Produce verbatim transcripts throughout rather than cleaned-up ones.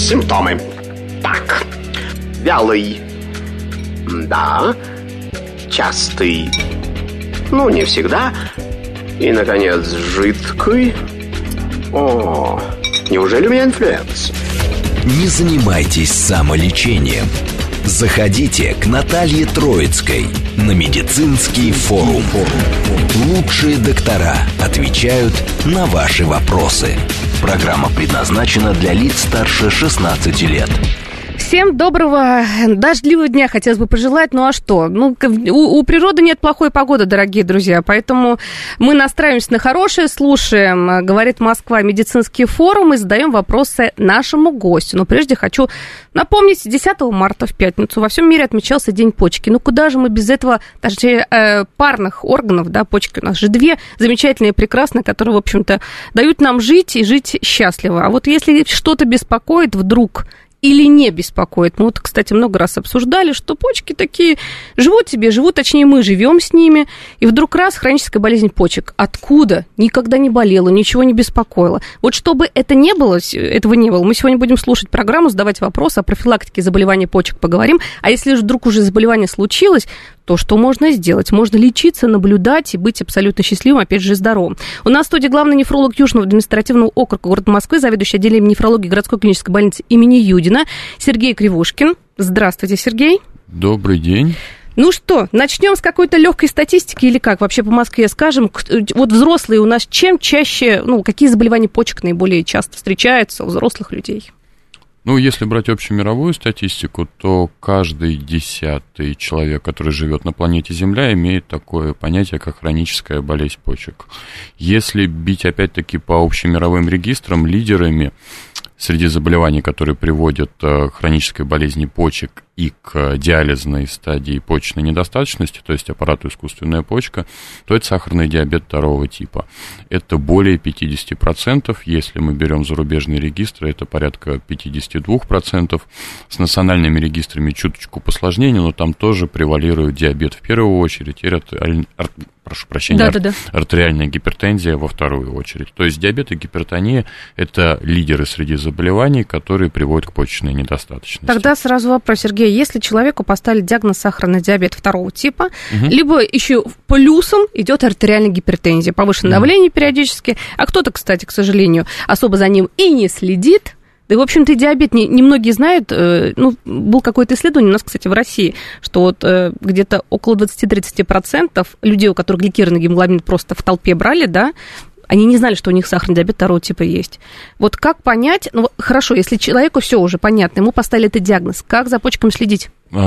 Симптомы. Так, вялый. Да. Частый. Ну, не всегда. И, наконец, жидкий. О, неужели у меня инфлюенс? Не занимайтесь самолечением. Заходите к Наталье Троицкой на медицинский форум. Лучшие доктора отвечают на ваши вопросы. Программа предназначена для лиц старше шестнадцати лет. Всем доброго дождливого дня хотелось бы пожелать. Ну а что? Ну, у, у природы нет плохой погоды, дорогие друзья. Поэтому мы настраиваемся на хорошее, слушаем, говорит Москва, медицинский форум, и задаем вопросы нашему гостю. Но прежде хочу напомнить, десятого марта в пятницу во всем мире отмечался День почки. Ну куда же мы без этого, даже э, парных органов, да, почки у нас же две замечательные, прекрасные, которые, в общем-то, дают нам жить и жить счастливо. А вот если что-то беспокоит вдруг или не беспокоит. Мы вот, кстати, много раз обсуждали, что почки такие живут себе, живут, точнее, мы живем с ними, и вдруг раз хроническая болезнь почек. Откуда? Никогда не болела, ничего не беспокоило. Вот чтобы это не было, этого не было, мы сегодня будем слушать программу, задавать вопросы о профилактике заболеваний почек, поговорим. А если же вдруг уже заболевание случилось, то что можно сделать? Можно лечиться, наблюдать и быть абсолютно счастливым, опять же, здоровым. У нас в студии главный нефролог Южного административного округа города Москвы, заведующий отделением нефрологии городской клинической больницы имени Юдина Сергей Кривушкин. Здравствуйте, Сергей. Добрый день. Ну что, начнем с какой-то легкой статистики или как? Вообще по Москве скажем, вот взрослые у нас чем чаще, ну, какие заболевания почек наиболее часто встречаются у взрослых людей? Ну, если брать общемировую статистику, то каждый десятый человек, который живет на планете Земля, имеет такое понятие, как хроническая болезнь почек. Если бить, опять-таки, по общемировым регистрам, лидерами среди заболеваний, которые приводят к хронической болезни почек и к диализной стадии почечной недостаточности, то есть аппарату искусственная почка, то это сахарный диабет второго типа. Это более пятьдесят процентов, если мы берем зарубежные регистры, это порядка пятьдесят два процента. С национальными регистрами чуточку посложнее, но там тоже превалирует диабет в первую очередь и артериальная, прошу прощения, да, ар- да, да. артериальная гипертензия во вторую очередь. То есть диабет и гипертония – это лидеры среди заболеваний, которые приводят к почечной недостаточности. Тогда сразу вопрос, Сергей. Если человеку поставили диагноз сахарный диабет второго типа, угу. либо еще плюсом идет артериальная гипертензия, повышенное угу. давление периодически, а кто-то, кстати, к сожалению, особо за ним и не следит. Да и, в общем-то, и диабет не, немногие знают. Ну, был какое-то исследование у нас, кстати, в России, что вот где-то около двадцать-тридцать процентов людей, у которых гликированный гемоглобин просто в толпе брали, да, они не знали, что у них сахарный диабет второго типа есть. Вот как понять, ну, хорошо, если человеку все уже понятно, ему поставили этот диагноз, как за почками следить?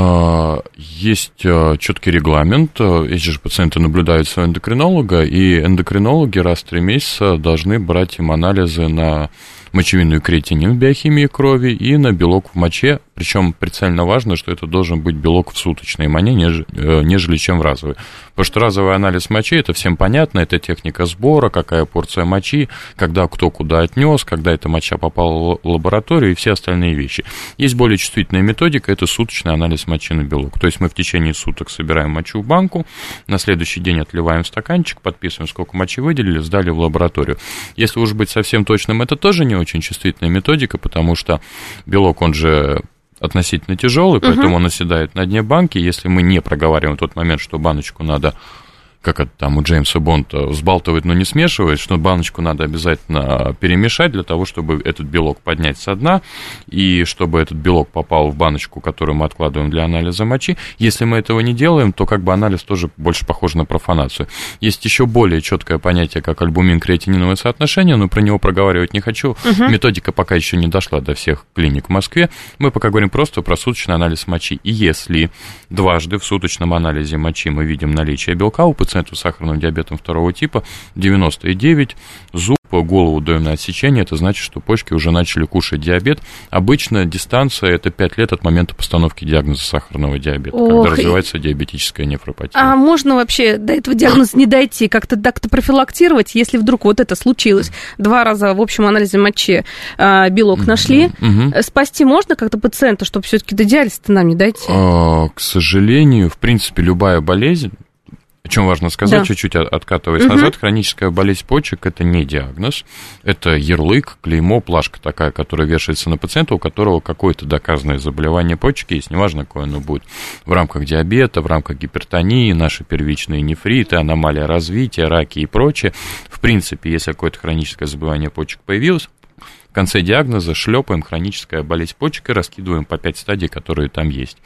Есть четкий регламент, эти же пациенты наблюдают своего эндокринолога, и эндокринологи раз в три месяца должны брать им анализы на мочевинную креатинин в биохимии крови и на белок в моче, причем прицельно важно, что это должен быть белок в суточной мане, нежели, нежели чем в разовый. Потому что разовый анализ мочи, это всем понятно, это техника сбора, какая порция мочи, когда кто куда отнес, когда эта моча попала в лабораторию и все остальные вещи. Есть более чувствительная методика, это суточный анализ мочи на белок. То есть мы в течение суток собираем мочу в банку, на следующий день отливаем в стаканчик, подписываем, сколько мочи выделили, сдали в лабораторию. Если уж быть совсем точным, это тоже не очень чувствительная методика, потому что белок, он же относительно тяжелый, поэтому uh-huh. он оседает на дне банки. Если мы не проговариваем в тот момент, что баночку надо, как это там у Джеймса Бонда, взбалтывать, но не смешивать, что баночку надо обязательно перемешать для того, чтобы этот белок поднять со дна, и чтобы этот белок попал в баночку, которую мы откладываем для анализа мочи. Если мы этого не делаем, то как бы анализ тоже больше похож на профанацию. Есть еще более четкое понятие, как альбумин-креатининовое соотношение, но про него проговаривать не хочу. Uh-huh. Методика пока еще не дошла до всех клиник в Москве. Мы пока говорим просто про суточный анализ мочи. И если дважды в суточном анализе мочи мы видим наличие белка у пациента с сахарным диабетом второго типа, девяносто девять, зуб, голову даем на отсечение, это значит, что почки уже начали кушать диабет. Обычно дистанция – это пять лет от момента постановки диагноза сахарного диабета, Ох, когда развивается диабетическая нефропатия. А можно вообще до этого диагноза не дойти, как-то так-то профилактировать, если вдруг вот это случилось? Два раза в общем анализе мочи а, белок нашли. Mm-hmm. Спасти можно как-то пациента, чтобы все-таки до диализа нам не дойти? А, к сожалению, в принципе, любая болезнь, О чем важно сказать, да. чуть-чуть откатываясь угу. назад, хроническая болезнь почек – это не диагноз, это ярлык, клеймо, плашка такая, которая вешается на пациента, у которого какое-то доказанное заболевание почек есть, неважно, какое оно будет, в рамках диабета, в рамках гипертонии, наши первичные нефриты, аномалия развития, раки и прочее. В принципе, если какое-то хроническое заболевание почек появилось, в конце диагноза шлепаем хроническая болезнь почек и раскидываем по пять стадий, которые там есть.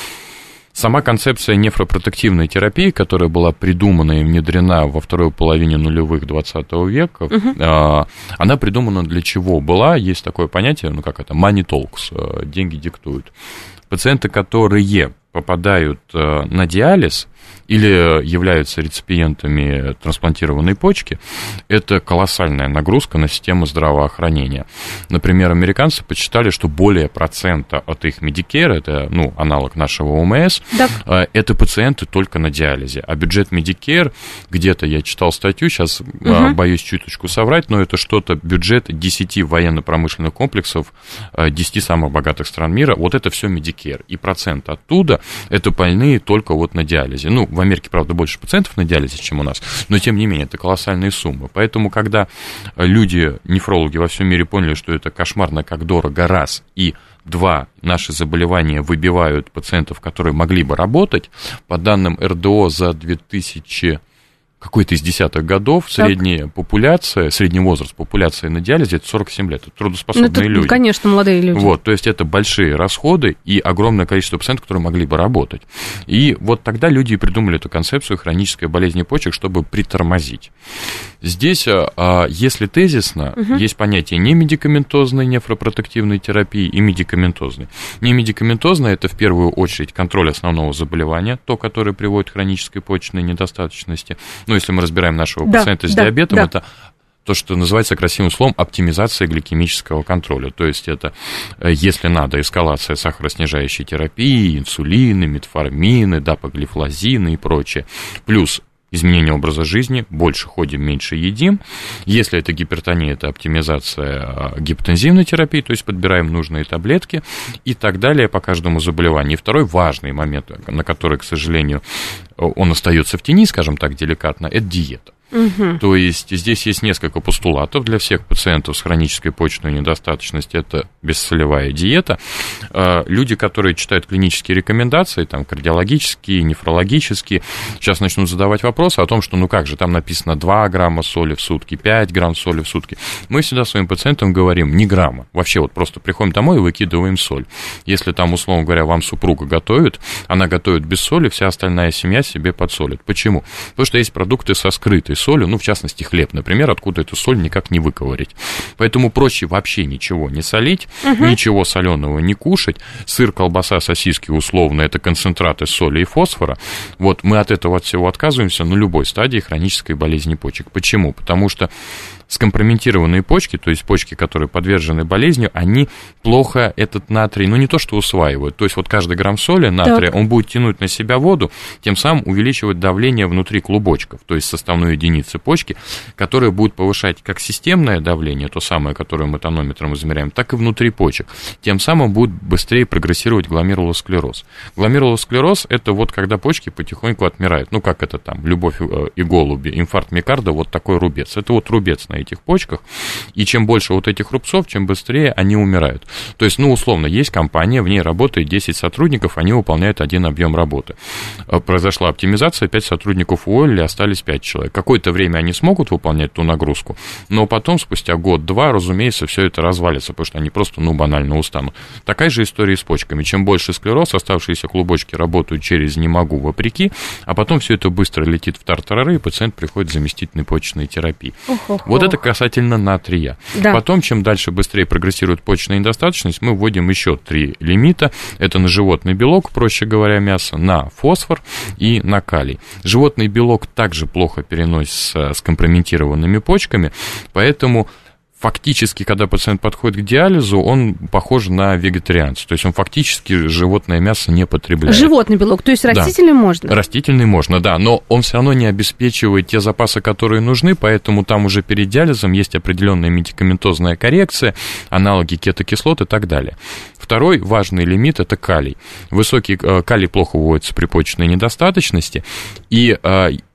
Сама концепция нефропротективной терапии, которая была придумана и внедрена во второй половине нулевых двадцатого века, uh-huh. она придумана для чего была? Есть такое понятие, ну как это, money talks, деньги диктуют. Пациенты, которые попадают на диализ или являются реципиентами трансплантированной почки, это колоссальная нагрузка на систему здравоохранения. Например, американцы подсчитали, что более процента от их Medicare, это ну, аналог нашего ОМС, так. это пациенты только на диализе. А бюджет Medicare, где-то я читал статью, сейчас угу. боюсь чуточку соврать, но это что-то бюджет десяти военно-промышленных комплексов, десяти самых богатых стран мира, вот это все Medicare. И процент оттуда это больные только вот на диализе. Ну, в Америке, правда, больше пациентов на диализе, чем у нас, но, тем не менее, это колоссальные суммы. Поэтому, когда люди, нефрологи во всем мире поняли, что это кошмарно, как дорого, раз, и два, наши заболевания выбивают пациентов, которые могли бы работать, по данным эр дэ о за две тысячи какой-то из десятых годов так. средняя популяция, средний возраст популяции на диализе это сорок семь лет, это трудоспособные ну, это, люди. Конечно, молодые люди. Вот, то есть это большие расходы и огромное количество пациентов, которые могли бы работать. И вот тогда люди придумали эту концепцию хронической болезни почек, чтобы притормозить. Здесь, если тезисно, угу. есть понятие немедикаментозной нефропротективной терапии и медикаментозной. Немедикаментозная – это в первую очередь контроль основного заболевания, то, которое приводит к хронической почечной недостаточности. Ну, если мы разбираем нашего да, пациента с да, диабетом, да. это то, что называется красивым словом оптимизация гликемического контроля. То есть это, если надо, эскалация сахароснижающей терапии, инсулины, метформины, дапоглифлозины и прочее. Плюс изменение образа жизни, больше ходим, меньше едим. Если это гипертония, это оптимизация гипотензивной терапии, то есть подбираем нужные таблетки и так далее по каждому заболеванию. И второй важный момент, на который, к сожалению, он остается в тени, скажем так, деликатно, это диета. Угу. То есть здесь есть несколько постулатов для всех пациентов с хронической почечной недостаточностью. Это бессолевая диета. Люди, которые читают клинические рекомендации, там, кардиологические, нефрологические, сейчас начнут задавать вопросы о том, что ну как же, там написано два грамма соли в сутки, пять грамм соли в сутки. Мы всегда своим пациентам говорим, не грамма. Вообще вот просто приходим домой и выкидываем соль. Если там, условно говоря, вам супруга готовит, она готовит без соли, вся остальная семья себе подсолит. Почему? Потому что есть продукты со скрытой солью, ну, в частности, хлеб, например, откуда эту соль никак не выковырять. Поэтому проще вообще ничего не солить, угу. ничего соленого не кушать. Сыр, колбаса, сосиски, условно, это концентраты соли и фосфора. Вот мы от этого от всего отказываемся на любой стадии хронической болезни почек. Почему? Потому что скомпрометированные почки, то есть почки, которые подвержены болезнью, они плохо этот натрий, ну не то что усваивают, то есть вот каждый грамм соли натрия, так. он будет тянуть на себя воду, тем самым увеличивать давление внутри клубочков, то есть составной единицы почки, которая будет повышать как системное давление, то самое, которое мы тонометром измеряем, так и внутри почек, тем самым будет быстрее прогрессировать гломерулосклероз. Гломерулосклероз – это вот когда почки потихоньку отмирают, ну как это там, любовь и голуби, инфаркт миокарда, вот такой рубец, это вот рубец на этих почках, и чем больше вот этих рубцов, чем быстрее они умирают. То есть, ну, условно, есть компания, в ней работает десять сотрудников, они выполняют один объем работы. Произошла оптимизация, пять сотрудников уволили, остались пять человек. Какое-то время они смогут выполнять ту нагрузку, но потом, спустя год-два, разумеется, все это развалится, потому что они просто, ну, банально устанут. Такая же история с почками. Чем больше склероз, оставшиеся клубочки работают через «не могу», вопреки, а потом все это быстро летит в тартарары, и пациент приходит к заместительной почечной терапии. Ох-ох-ох. Вот это касательно натрия. Да. Потом, чем дальше быстрее прогрессирует почечная недостаточность, мы вводим еще три лимита. Это на животный белок, проще говоря, мясо, на фосфор и на калий. Животный белок также плохо переносится с компрометированными почками, поэтому фактически, когда пациент подходит к диализу, он похож на вегетарианца. То есть он фактически животное мясо не потребляет. Животный белок, то есть растительный да. можно? Растительный можно, да, но он все равно не обеспечивает те запасы, которые нужны, поэтому там уже перед диализом есть определенная медикаментозная коррекция, аналоги кетокислот и так далее. Второй важный лимит – это калий. Высокий калий плохо выводится при почечной недостаточности, и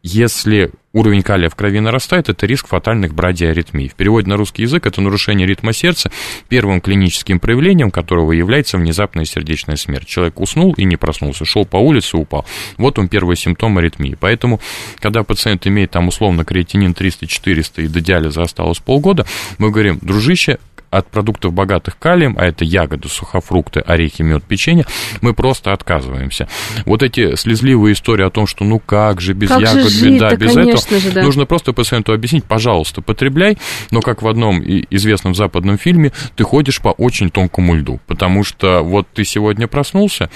если уровень калия в крови нарастает, это риск фатальных брадиаритмий. В переводе на русский язык это нарушение ритма сердца, первым клиническим проявлением которого является внезапная сердечная смерть. Человек уснул и не проснулся, шел по улице, упал. Вот он первый симптом аритмии. Поэтому, когда пациент имеет там условно креатинин триста-четыреста и до диализа осталось полгода, мы говорим: дружище, от продуктов, богатых калием, а это ягоды, сухофрукты, орехи, мед, печенье, мы просто отказываемся. Вот эти слезливые истории о том, что ну как же, без как ягод же беда, жить, без этого, же, да. нужно просто пациенту объяснить: пожалуйста, потребляй, но как в одном известном западном фильме, ты ходишь по очень тонкому льду, потому что вот ты сегодня проснулся,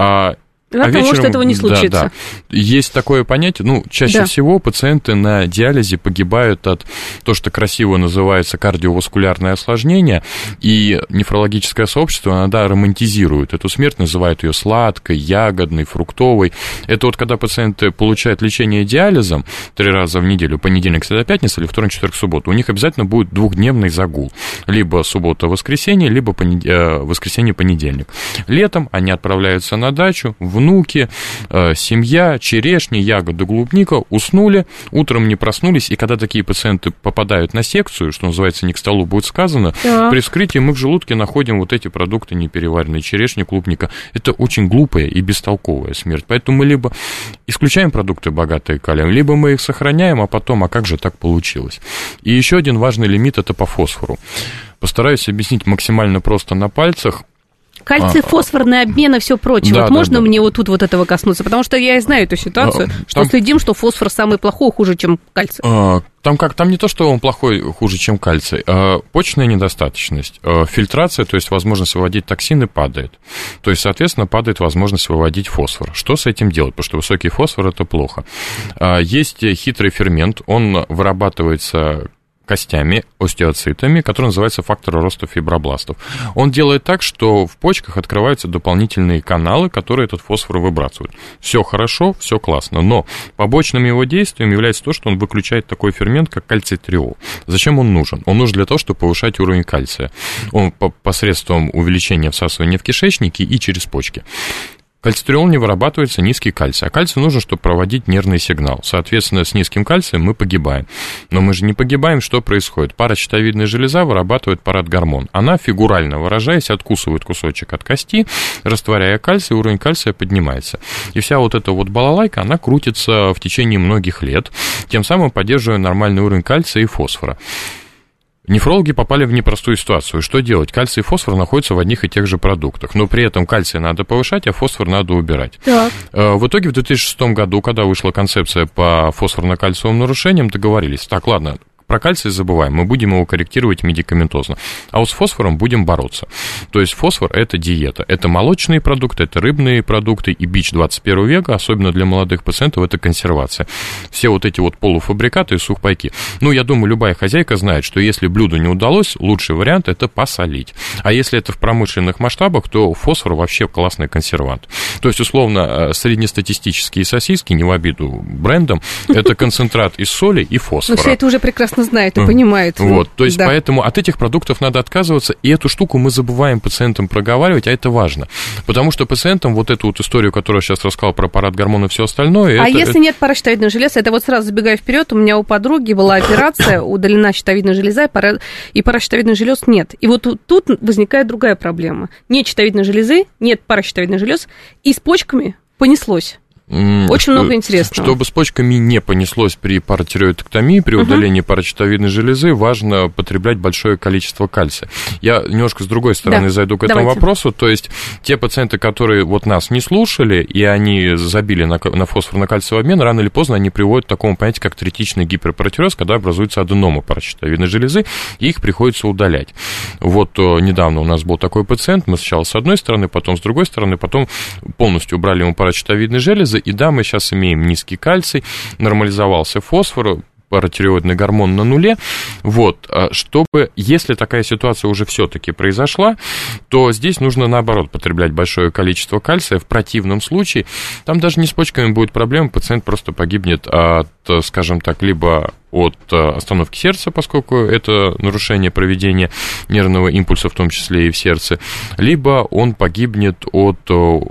а А вечером, может этого не случится. Да, да. Есть такое понятие, ну, чаще да. всего пациенты на диализе погибают от того, что красиво называется кардиоваскулярное осложнение, и нефрологическое сообщество иногда романтизирует эту смерть, называют ее сладкой, ягодной, фруктовой. Это вот когда пациенты получают лечение диализом три раза в неделю, понедельник, среда, пятница, или вторник, четверг, суббота, у них обязательно будет двухдневный загул. Либо суббота-воскресенье, либо понед... воскресенье-понедельник. Летом они отправляются на дачу, в внуки, э, семья, черешни, ягоды, клубника, уснули, утром не проснулись, и когда такие пациенты попадают на секцию, что называется, не к столу будет сказано, да. при вскрытии мы в желудке находим вот эти продукты непереваренные, черешни, клубника. Это очень глупая и бестолковая смерть. Поэтому мы либо исключаем продукты, богатые калием, либо мы их сохраняем, а потом, а как же так получилось? И еще один важный лимит – это по фосфору. Постараюсь объяснить максимально просто на пальцах. Кальций, фосфорный обмен и все прочее. Да, вот да, можно да. мне вот тут вот этого коснуться? Потому что я и знаю эту ситуацию, а, что там... следим, что фосфор самый плохой, хуже, чем кальций. А, там как, там не то, что он плохой, хуже, чем кальций. А, почечная недостаточность, а, фильтрация, то есть возможность выводить токсины, падает. То есть, соответственно, падает возможность выводить фосфор. Что с этим делать? Потому что высокий фосфор – это плохо. А, есть хитрый фермент, он вырабатывается костями, остеоцитами, который называется фактор роста фибробластов. Он делает так, что в почках открываются дополнительные каналы, которые этот фосфор выбрасывают. Все хорошо, все классно, но побочным его действием является то, что он выключает такой фермент, как кальцитриол. Зачем он нужен? Он нужен для того, чтобы повышать уровень кальция. Он посредством увеличения всасывания в кишечнике и через почки. Кальцитриол не вырабатывается, низкий кальций. А кальций нужен, чтобы проводить нервный сигнал. Соответственно, с низким кальцием мы погибаем. Но мы же не погибаем, что происходит? Паращитовидная железа вырабатывает парадгормон. Она, фигурально выражаясь, откусывает кусочек от кости, растворяя кальций, уровень кальция поднимается. И вся вот эта вот балалайка, она крутится в течение многих лет, тем самым поддерживая нормальный уровень кальция и фосфора. Нефрологи попали в непростую ситуацию. Что делать? Кальций и фосфор находятся в одних и тех же продуктах, но при этом кальций надо повышать, а фосфор надо убирать. Так. В итоге в две тысячи шестом году, когда вышла концепция по фосфорно-кальциевым нарушениям, договорились: так, ладно, про кальций забываем, мы будем его корректировать медикаментозно, а вот с фосфором будем бороться. То есть фосфор – это диета, это молочные продукты, это рыбные продукты, и бич двадцать первого века, особенно для молодых пациентов, это консервация. Все вот эти вот полуфабрикаты и сухпайки. Ну, я думаю, любая хозяйка знает, что если блюду не удалось, лучший вариант – это посолить. А если это в промышленных масштабах, то фосфор вообще классный консервант. То есть, условно, среднестатистические сосиски, не в обиду брендам, это концентрат из соли и фосфора. Ну, все это уже прекрасно знает и понимает. Вот, то есть, да. Поэтому от этих продуктов надо отказываться, и эту штуку мы забываем пациентам проговаривать, а это важно. Потому что пациентам вот эту вот историю, которую я сейчас рассказал про парадгормон и все остальное... А это, если это... нет паращитовидной железы, это вот сразу забегая вперед, у меня у подруги была операция, удалена щитовидная железа, и паращитовидной желез нет. И вот тут возникает другая проблема. Нет щитовидной железы, нет паращитовидной желез, и с почками понеслось. Очень что, много интересного. Чтобы с почками не понеслось при паратиреоидэктомии, при удалении uh-huh. паращитовидной железы, важно потреблять большое количество кальция. Я немножко с другой стороны да. зайду к этому Давайте. вопросу. То есть те пациенты, которые вот нас не слушали, и они забили на, на фосфорно-кальциевый обмен, рано или поздно они приводят к такому понятию, как третичный гиперпаратиреоз, когда образуются аденомы паращитовидной железы, и их приходится удалять. Вот недавно у нас был такой пациент, мы сначала с одной стороны, потом с другой стороны, потом полностью убрали ему паращитовидные железы, и да, мы сейчас имеем низкий кальций, нормализовался фосфор, паратиреоидный гормон на нуле. Вот, чтобы, если такая ситуация уже все-таки произошла, то здесь нужно, наоборот, потреблять большое количество кальция. В противном случае, там даже не с почками будет проблема, пациент просто погибнет от, скажем так, либо от остановки сердца, поскольку это нарушение проведения нервного импульса, в том числе и в сердце, либо он погибнет от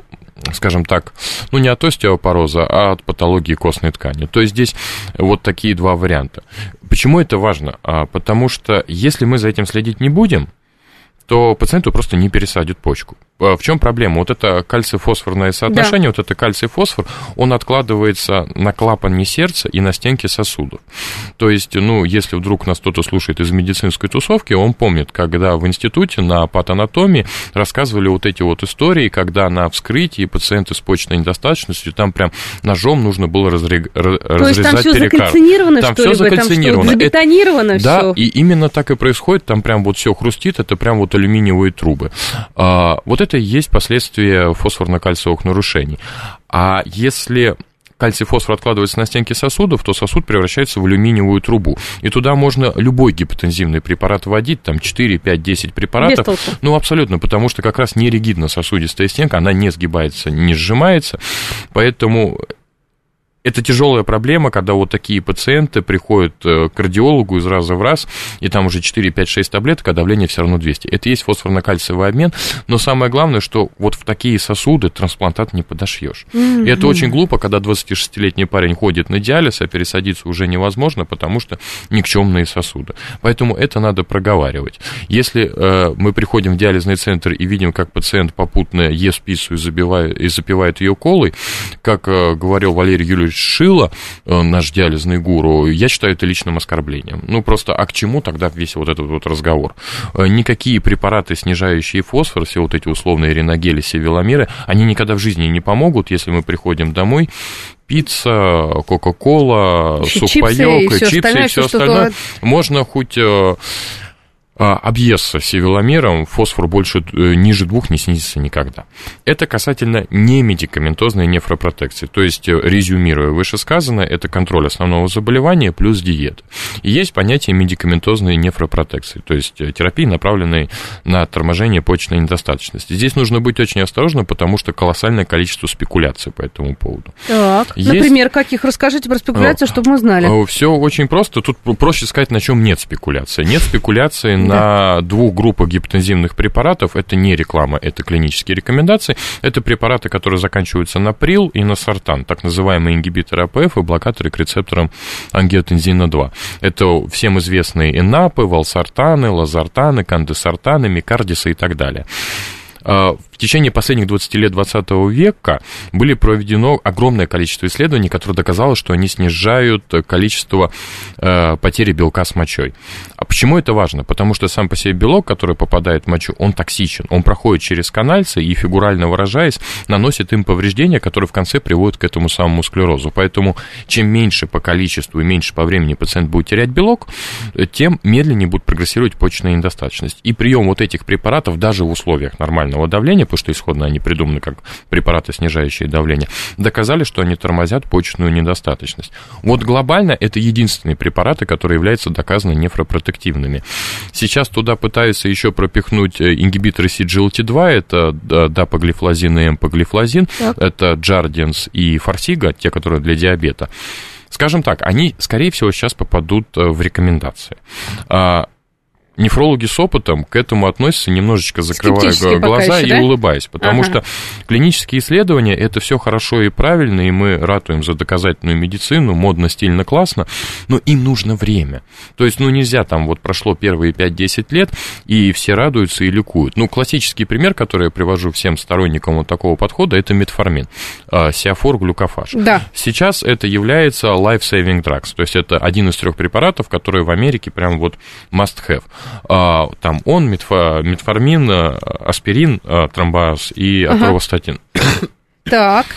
скажем так, ну, не от остеопороза, а от патологии костной ткани. То есть здесь вот такие два варианта. Почему это важно? Потому что если мы за этим следить не будем, то пациенту просто не пересадят почку. В чем проблема? Вот это кальций-фосфорное соотношение, да. вот это кальций-фосфор, он откладывается на клапане сердца и на стенке сосудов. То есть, ну, если вдруг нас кто-то слушает из медицинской тусовки, он помнит, когда в институте на патанатомии рассказывали вот эти вот истории, когда на вскрытии пациенты с почечной недостаточностью, там прям ножом нужно было разре... разрезать перикард. То есть там все закальцинировано, там что ли? Там все закальцинировано. Там забетонировано это... все. Да, и именно так и происходит, там прям вот все хрустит, это прям вот алюминиевые трубы. А, вот это и есть последствия фосфорно-кальциевых нарушений. А если кальций-фосфор откладывается на стенке сосудов, то сосуд превращается в алюминиевую трубу. И туда можно любой гипотензивный препарат вводить, там четыре, пять, десять препаратов. Без толку. Ну, абсолютно, потому что как раз не ригидно-сосудистая стенка, она не сгибается, не сжимается, поэтому... Это тяжелая проблема, когда вот такие пациенты приходят к кардиологу из раза в раз, и там уже четыре, пять, шесть таблеток, а давление все равно двести. Это и есть фосфорно-кальциевый обмен, но самое главное, что вот в такие сосуды трансплантат не подошьешь. Mm-hmm. И это очень глупо, когда двадцатишестилетний парень ходит на диализ, а пересадиться уже невозможно, потому что никчемные сосуды. Поэтому это надо проговаривать. Если э, мы приходим в диализный центр и видим, как пациент попутно ест пиццу и, забивает, и запивает ее колой, как э, говорил Валерий Юрьевич Шило, наш диализный гуру, я считаю это личным оскорблением. Ну, просто, а к чему тогда весь вот этот вот разговор? Никакие препараты, снижающие фосфор, все вот эти условные риногели, севиламиры, они никогда в жизни не помогут, если мы приходим домой, пицца, кока-кола, сухпайок, чипсы, чипсы и все остальное. Можно хоть... объесться севиламиром, фосфор больше, ниже двух не снизится никогда. Это касательно немедикаментозной нефропротекции. То есть, резюмируя вышесказанное, это контроль основного заболевания плюс диета. И есть понятие медикаментозной нефропротекции, то есть терапии, направленной на торможение почечной недостаточности. Здесь нужно быть очень осторожным, потому что колоссальное количество спекуляций по этому поводу. Так, есть... например, каких? Расскажите про спекуляции, чтобы мы знали. Все очень просто. Тут проще сказать, на чем нет спекуляции. Нет спекуляции на двух группах гипотензивных препаратов. Это не реклама, это клинические рекомендации. Это препараты, которые заканчиваются на прил и на сортан, так называемые ингибиторы АПФ и блокаторы к рецепторам ангиотензина два. Это всем известные энапы, валсартаны, лазартаны, кандесартаны, микардисы и так далее. В течение последних двадцати лет двадцатого века были проведено огромное количество исследований, которое доказало, что они снижают количество э, потери белка с мочой. А почему это важно? Потому что сам по себе белок, который попадает в мочу, он токсичен. Он проходит через канальцы и, фигурально выражаясь, наносит им повреждения, которые в конце приводят к этому самому склерозу. Поэтому чем меньше по количеству и меньше по времени пациент будет терять белок, тем медленнее будет прогрессировать почечная недостаточность. И прием вот этих препаратов даже в условиях нормального давления, потому что исходно они придуманы как препараты, снижающие давление, доказали, что они тормозят почечную недостаточность. Вот глобально это единственные препараты, которые являются доказанно нефропротективными. Сейчас туда пытаются еще пропихнуть ингибиторы си джи эл ти два, это дапаглифлозин и эмпаглифлозин, это Jardiance и Farxiga, те, которые для диабета. Скажем так, они, скорее всего, сейчас попадут в рекомендации. Нефрологи с опытом к этому относятся, немножечко закрывая глаза еще, и да? улыбаясь, потому ага. что клинические исследования – это все хорошо и правильно, и мы ратуем за доказательную медицину, модно, стильно, классно, но им нужно время. То есть, ну, нельзя там, вот прошло первые пять-десять лет, и все радуются и ликуют. Ну, классический пример, который я привожу всем сторонникам вот такого подхода, это метформин, сиафор глюкофаж. Да. Сейчас это является life-saving drugs, то есть это один из трех препаратов, которые в Америке прям вот must have. Там он, метформин, аспирин, тромбоаз и аторвастатин. Так.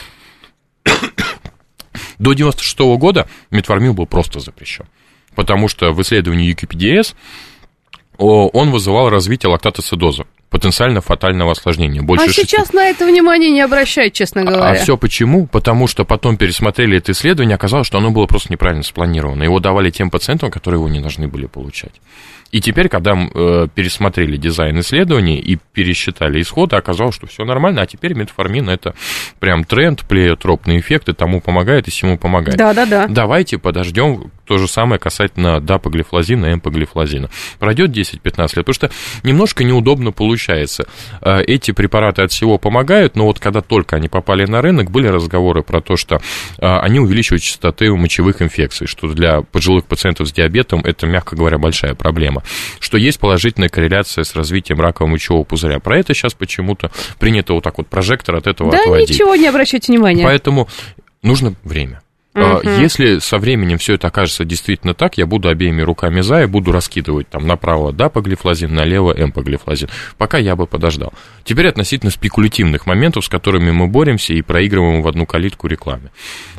До девяносто шестого года метформин был просто запрещен, потому что в исследовании ю кей пи ди эс он вызывал развитие лактатоцидоза, потенциально фатального осложнения. Больше а сейчас шести... на это внимание не обращают, честно говоря. А все почему? Потому что потом пересмотрели это исследование, оказалось, что оно было просто неправильно спланировано. Его давали тем пациентам, которые его не должны были получать. И теперь, когда э, пересмотрели дизайн исследований и пересчитали исходы, оказалось, что все нормально, а теперь метформин – это прям тренд, плеотропный эффект, и тому помогает, и всему помогает. Да-да-да. Давайте подождем то же самое касательно дапаглифлозина и эмпаглифлозина. Пройдет десять-пятнадцать лет, потому что немножко неудобно получается. Эти препараты от всего помогают, но вот когда только они попали на рынок, были разговоры про то, что они увеличивают частоты мочевых инфекций, что для пожилых пациентов с диабетом это, мягко говоря, большая проблема, что есть положительная корреляция с развитием ракового мочевого пузыря. Про это сейчас почему-то принято вот так вот прожектор от этого да отводить. Да ничего, не обращайте внимания. Поэтому нужно время. Uh-huh. Если со временем все это окажется действительно так, я буду обеими руками за и буду раскидывать там направо дапаглифлозин, налево эмпаглифлозин. Пока я бы подождал. Теперь относительно спекулятивных моментов, с которыми мы боремся и проигрываем в одну калитку рекламе.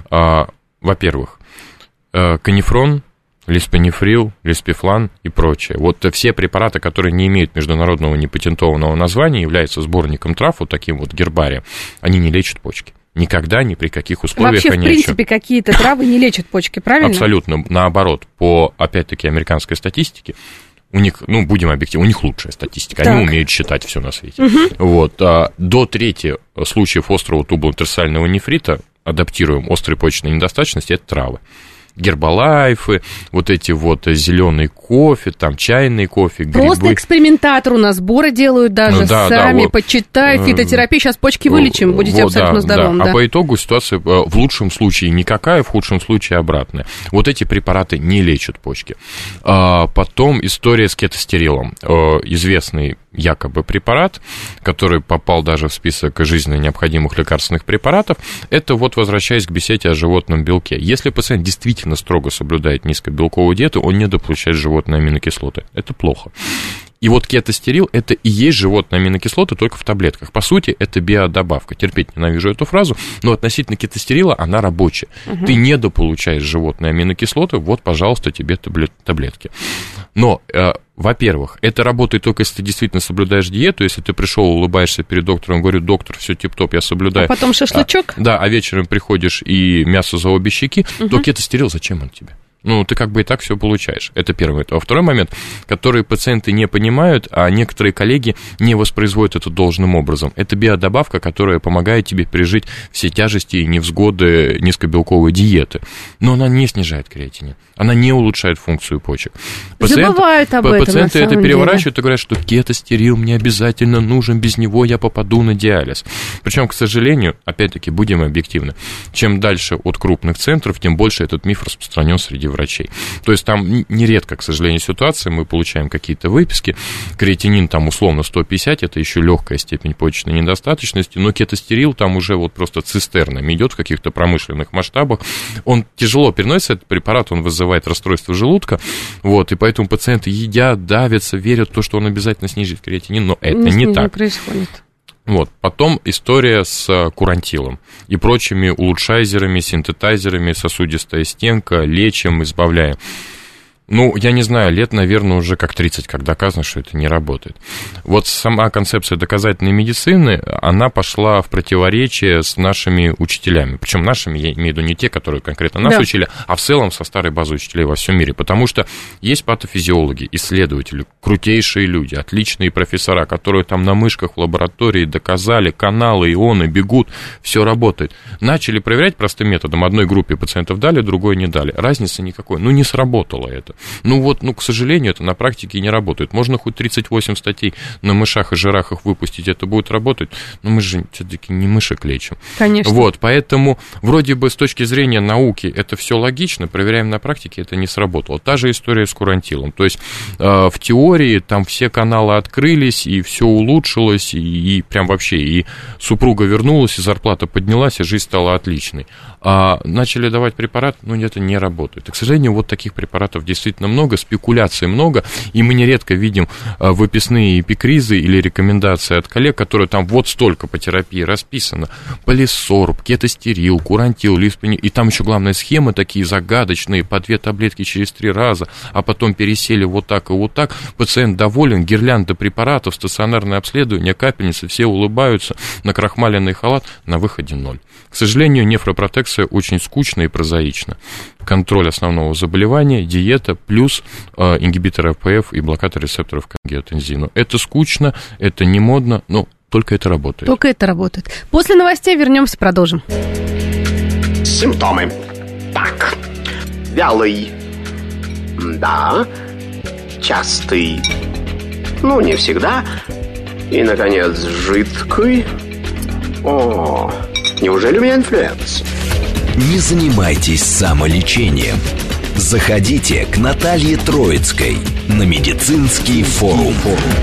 Во-первых, канифрон, лиспонифрил, лиспифлан и прочее. Вот все препараты, которые не имеют международного непатентованного названия, являются сборником трав, вот таким вот гербарием, они не лечат почки. Никогда, ни при каких условиях вообще, они... в принципе, еще... какие-то травы не лечат почки, правильно? Абсолютно. Наоборот, по, опять-таки, американской статистике, у них, ну, будем объективны, у них лучшая статистика, так. Они умеют считать все на свете. Угу. Вот, а, до трети случаев острого тубулоинтерстициального нефрита, адаптируем острой почечной недостаточности, это травы. Гербалайфы, вот эти вот зеленый кофе, там чайный кофе, грибы. Просто экспериментатор у нас, сборы делают даже, ну, да, сами, да, вот, почитают, фитотерапия, сейчас почки вылечим, будете вот, абсолютно да, здоровым. Да. Да. А по итогу ситуация в лучшем случае никакая, в худшем случае обратная. Вот эти препараты не лечат почки. А потом история с кетостерилом. Известный якобы препарат, который попал даже в список жизненно необходимых лекарственных препаратов, это вот возвращаясь к беседе о животном белке. Если пациент действительно строго соблюдает низкобелковую диету, он недополучает животные аминокислоты. Это плохо. И вот кетостерил – это и есть животные аминокислоты, только в таблетках. По сути, это биодобавка. Терпеть ненавижу эту фразу, но относительно кетостерила она рабочая. Угу. Ты недополучаешь животные аминокислоты, вот, пожалуйста, тебе таблетки. Но, э, во-первых, это работает только если ты действительно соблюдаешь диету. Если ты пришел, улыбаешься перед доктором, говорю, доктор, все тип-топ, я соблюдаю. А потом шашлычок? А, да, а вечером приходишь и мясо за обе щеки, угу. то кетостерил зачем он тебе? Ну, ты как бы и так все получаешь. Это первый. А второй момент, который пациенты не понимают, а некоторые коллеги не воспроизводят это должным образом. Это биодобавка, которая помогает тебе пережить все тяжести и невзгоды низкобелковой диеты. Но она не снижает креатинин. Она не улучшает функцию почек. Пациенты, Забывают об этом, Пациенты это переворачивают и говорят, что кетостерил мне обязательно нужен, без него я попаду на диализ. Причем, к сожалению, опять-таки, будем объективны, чем дальше от крупных центров, тем больше этот миф распространен среди врачей. То есть там нередко, к сожалению, ситуация, мы получаем какие-то выписки, креатинин там условно сто пятьдесят, это еще легкая степень почечной недостаточности, но кетостерил там уже вот просто цистернами идет в каких-то промышленных масштабах. Он тяжело переносится, этот препарат, он вызывает расстройство желудка, вот, и поэтому пациенты едят, давятся, верят в то, что он обязательно снизит креатинин, но это не, не так. Происходит. Вот. Потом история с курантилом и прочими улучшайзерами, синтетайзерами, сосудистая стенка, лечим, избавляем. Ну, я не знаю, лет, наверное, уже как тридцать, как доказано, что это не работает. Вот сама концепция доказательной медицины, она пошла в противоречие с нашими учителями. Причем нашими, я имею в виду не те, которые конкретно нас да. учили, а в целом со старой базой учителей во всем мире. Потому что есть патофизиологи, исследователи, крутейшие люди, отличные профессора, которые там на мышках в лаборатории доказали, каналы, ионы бегут, все работает. Начали проверять простым методом. Одной группе пациентов дали, другой не дали. Разницы никакой. Ну, не сработало это. Ну вот, ну, к сожалению, это на практике не работает. Можно хоть тридцать восемь статей на мышах и жирафах выпустить, это будет работать, но мы же все-таки не мышек лечим. Конечно. Вот, поэтому вроде бы с точки зрения науки это все логично, проверяем на практике, это не сработало. Та же история с курантилом. То есть э, в теории там все каналы открылись, и все улучшилось, и, и прям вообще, и супруга вернулась, и зарплата поднялась, и жизнь стала отличной. А начали давать препарат, ну, это не работает. И, к сожалению, вот таких препаратов действительно много, спекуляций много, и мы нередко видим выписные эпикризы или рекомендации от коллег, которые там вот столько по терапии расписано. Полисорб, кетостерил, курантил, лиспонил, и там еще, главное, схемы такие загадочные, по две таблетки через три раза, а потом пересели вот так и вот так. Пациент доволен, гирлянда препаратов, стационарное обследование, капельницы, все улыбаются, накрахмаленный халат, на выходе ноль. К сожалению, нефропротекция очень скучна и прозаична. Контроль основного заболевания, диета, плюс э, ингибитор эй пи эф и блокатор рецепторов к ангиотензину. Это скучно, это не модно, но только это работает. Только это работает. После новостей вернемся, продолжим. Симптомы. Так, вялый, Да. Частый. Ну, не всегда. И, наконец, жидкий. О, неужели у меня инфлюенс? Не занимайтесь самолечением. Заходите к Наталье Троицкой на медицинский форум.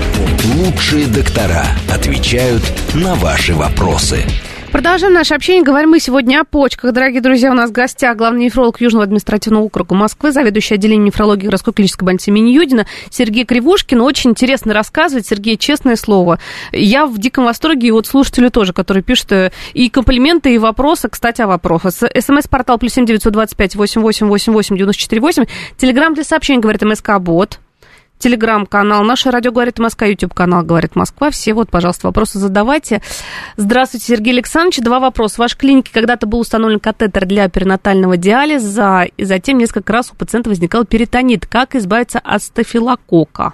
Лучшие доктора отвечают на ваши вопросы. Продолжаем наше общение. Говорим мы сегодня о почках. Дорогие друзья, у нас в гостях главный нефролог Южного административного округа Москвы, заведующий отделением нефрологии городской клинической больницы имени Юдина Сергей Кривушкин. Очень интересно рассказывает. Сергей, честное слово, я в диком восторге, и вот слушатели тоже, которые пишут и комплименты, и вопросы. Кстати, о вопросах. СМС-портал плюс семь девятьсот двадцать пять восемь восемь восемь восемь девяносто четыре восемь. Телеграм для сообщений, говорит МСК-бот. Телеграм-канал «Наше радио говорит Москва», YouTube-канал «Говорит Москва». Все вот, пожалуйста, вопросы задавайте. Здравствуйте, Сергей Александрович. Два вопроса. В вашей клинике когда-то был установлен катетер для перинатального диализа, и затем несколько раз у пациента возникал перитонит. Как избавиться от стафилококка?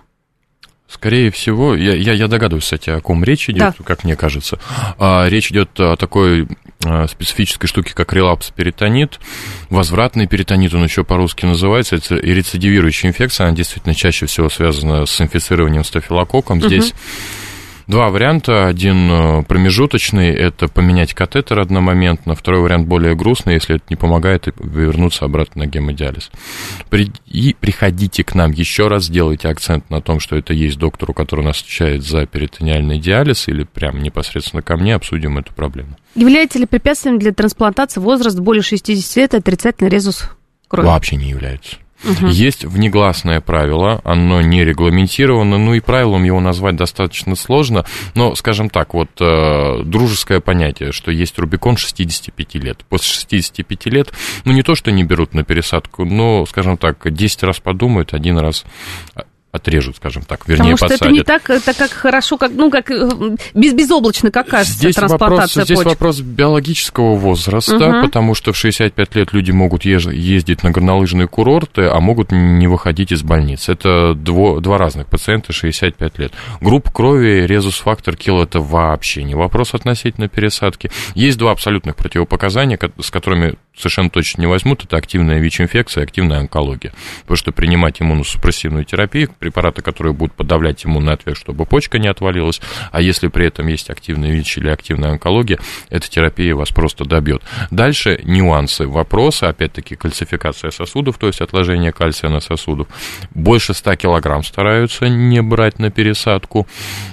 Скорее всего, я, я, я догадываюсь, кстати, о ком речь идет, да. Как мне кажется. А, речь идет о такой а, специфической штуке, как релапс-перитонит. Возвратный перитонит, он еще по-русски называется. Это рецидивирующая инфекция, она действительно чаще всего связана с инфицированием стафилококком. Здесь угу. два варианта. Один промежуточный, это поменять катетер одномоментно. Второй вариант более грустный, если это не помогает, вернуться обратно на гемодиализ. При... И приходите к нам еще раз, сделайте акцент на том, что это есть доктор, который нас отвечает за перитониальный диализ, или прям непосредственно ко мне, обсудим эту проблему. Является ли препятствием для трансплантации возраст более шестидесяти лет и отрицательный резус крови? Вообще не является. Угу. Есть внегласное правило, оно не регламентировано, ну и правилом его назвать достаточно сложно, но, скажем так, вот э, дружеское понятие, что есть Рубикон шестидесяти пяти лет. После шестидесяти пяти лет, ну не то, что не берут на пересадку, но, скажем так, десять раз подумают, один раз отрежут, скажем так, вернее, Потому что подсадят. Это не так, это как хорошо, как, ну, как без, безоблачно, как кажется, здесь трансплантация вопрос, здесь почек. вопрос биологического возраста, угу. Потому что в шестьдесят пять лет люди могут ез- ездить на горнолыжные курорты, а могут не выходить из больниц. Это дво, два разных пациента, шестьдесят пять лет. Группа крови, резус-фактор килл, это вообще не вопрос относительно пересадки. Есть два абсолютных противопоказания, с которыми совершенно точно не возьмут, это активная ВИЧ-инфекция и активная онкология. Потому что принимать иммуносупрессивную терапию, препараты, которые будут подавлять иммунный ответ, чтобы почка не отвалилась, а если при этом есть активная ВИЧ или активная онкология, эта терапия вас просто добьет. Дальше нюансы, вопросы, опять-таки кальцификация сосудов, то есть отложение кальция на сосудах. Больше ста килограмм стараются не брать на пересадку.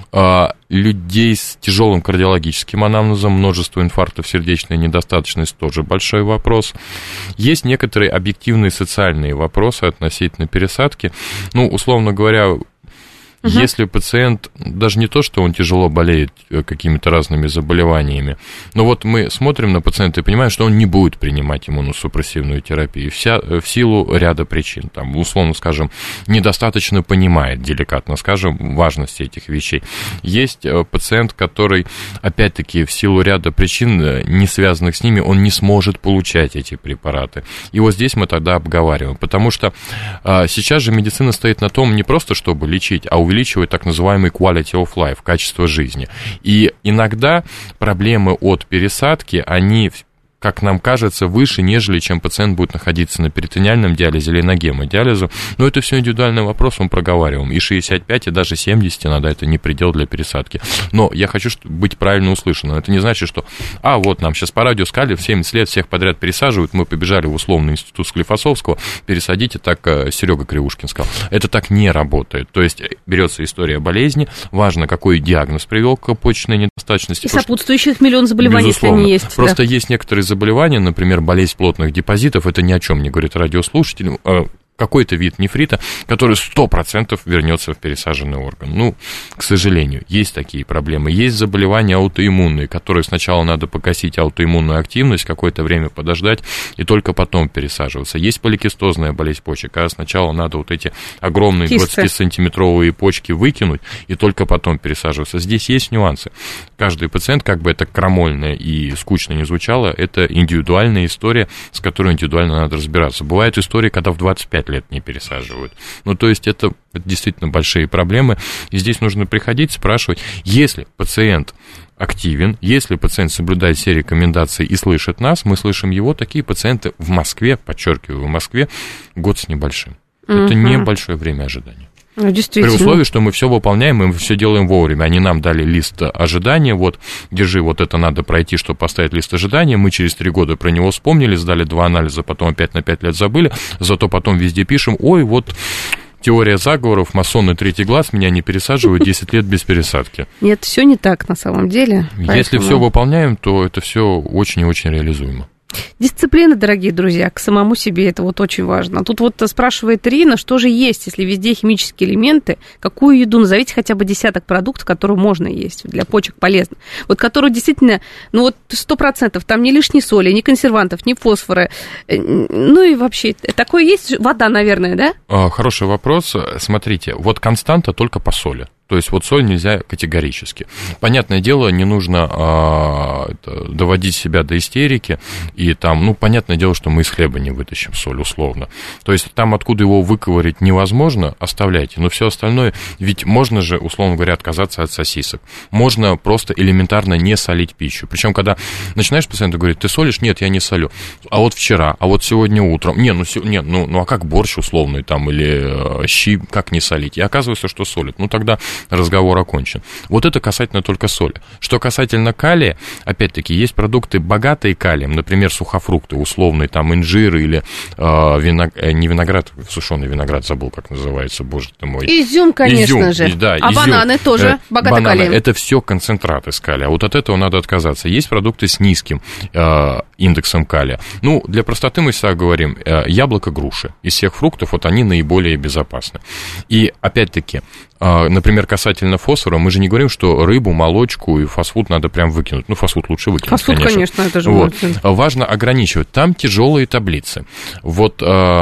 Людей с тяжелым кардиологическим анамнезом, множество инфарктов, сердечная недостаточность, тоже большой вопрос. Есть некоторые объективные социальные вопросы относительно пересадки. Ну, условно говоря, угу. Если пациент, даже не то, что он тяжело болеет какими-то разными заболеваниями, но вот мы смотрим на пациента и понимаем, что он не будет принимать иммуносупрессивную терапию вся, в силу ряда причин. Там, условно скажем, недостаточно понимает, деликатно скажем, важности этих вещей. Есть пациент, который, опять-таки, в силу ряда причин, не связанных с ними, он не сможет получать эти препараты. И вот здесь мы тогда обговариваем, потому что а, сейчас же медицина стоит на том не просто, чтобы лечить, а увеличивать увеличивает так называемый quality of life, качество жизни. И иногда проблемы от пересадки, они, как нам кажется, выше, нежели чем пациент будет находиться на перитониальном диализе или на гемодиализе. Но это все индивидуальный вопрос, мы проговариваем. И шестьдесят пять, и даже семьдесят иногда это не предел для пересадки. Но я хочу быть правильно услышанным. Это не значит, что, а, вот нам сейчас по радио сказали, в семьдесят лет всех подряд пересаживают, мы побежали в условный институт Склифосовского, пересадите, так Серега Кривушкин сказал. Это так не работает. То есть берется история болезни, важно, какой диагноз привел к почечной недостаточности. И сопутствующих миллион заболеваний, безусловно, если они есть. Просто да. есть некоторые заболевания, например, болезнь плотных депозитов, это ни о чем не говорит радиослушателям, какой-то вид нефрита, который сто процентов вернется в пересаженный орган. Ну, к сожалению, есть такие проблемы. Есть заболевания аутоиммунные, которые сначала надо погасить аутоиммунную активность, какое-то время подождать и только потом пересаживаться. Есть поликистозная болезнь почек, а сначала надо вот эти огромные двадцатисантиметровые почки выкинуть и только потом пересаживаться. Здесь есть нюансы. Каждый пациент, как бы это крамольно и скучно не звучало, это индивидуальная история, с которой индивидуально надо разбираться. Бывают истории, когда в двадцать пять лет не пересаживают. Ну, то есть это, это действительно большие проблемы, и здесь нужно приходить, спрашивать, если пациент активен, если пациент соблюдает все рекомендации и слышит нас, мы слышим его, такие пациенты в Москве, подчеркиваю, в Москве, год с небольшим. Uh-huh. Это небольшое время ожидания. Ну, действительно. При условии, что мы все выполняем, и мы все делаем вовремя. Они нам дали лист ожидания, вот, держи, вот это надо пройти, чтобы поставить лист ожидания. Мы через три года про него вспомнили, сдали два анализа, потом опять на пять лет забыли, зато потом везде пишем, ой, вот теория заговоров, масоны третий глаз, меня не пересаживают десять лет без пересадки. Нет, все не так на самом деле. Если поэтому... все выполняем, то это все очень и очень реализуемо. Дисциплина, дорогие друзья, к самому себе, это вот очень важно. Тут вот спрашивает Ирина, что же есть, если везде химические элементы, какую еду, назовите хотя бы десяток продуктов, которые можно есть, для почек полезно. Вот которые действительно, ну вот сто процентов, там ни лишней соли, ни консервантов, ни фосфора, ну и вообще, такое есть? Вода, наверное, да? Хороший вопрос. Смотрите, вот константа только по соли. То есть вот соль нельзя категорически. Понятное дело, не нужно а, это, доводить себя до истерики. И там, ну, понятное дело, что мы из хлеба не вытащим соль, условно. То есть там, откуда его выковырять невозможно, оставляйте. Но все остальное, ведь можно же, условно говоря, отказаться от сосисок. Можно просто элементарно не солить пищу. Причем, когда начинаешь пациенту говорить, ты солишь? Нет, я не солю. А вот вчера, а вот сегодня утром. Не, ну, не, ну, ну а как борщ условный там или э, щи, как не солить? И оказывается, что солит. Ну, тогда разговор окончен. Вот это касательно только соли. Что касательно калия, опять-таки, есть продукты, богатые калием, например, сухофрукты, условные, там, инжир или э, виног... не виноград, сушеный виноград, забыл, как называется, боже ты мой. Изюм, конечно изюм, же. Да, а изюм. бананы тоже э, богаты бананы, калием. Это все концентраты с калия. Вот от этого надо отказаться. Есть продукты с низким э, индексом калия. Ну, для простоты мы всегда говорим, э, яблоко, груши. Из всех фруктов вот они наиболее безопасны. И, опять-таки, например, касательно фосфора, мы же не говорим, что рыбу, молочку и фастфуд надо прям выкинуть. Ну, фастфуд лучше выкинуть, фастфуд, конечно. конечно, это же вот. Важно ограничивать. Там тяжелые таблицы. Вот...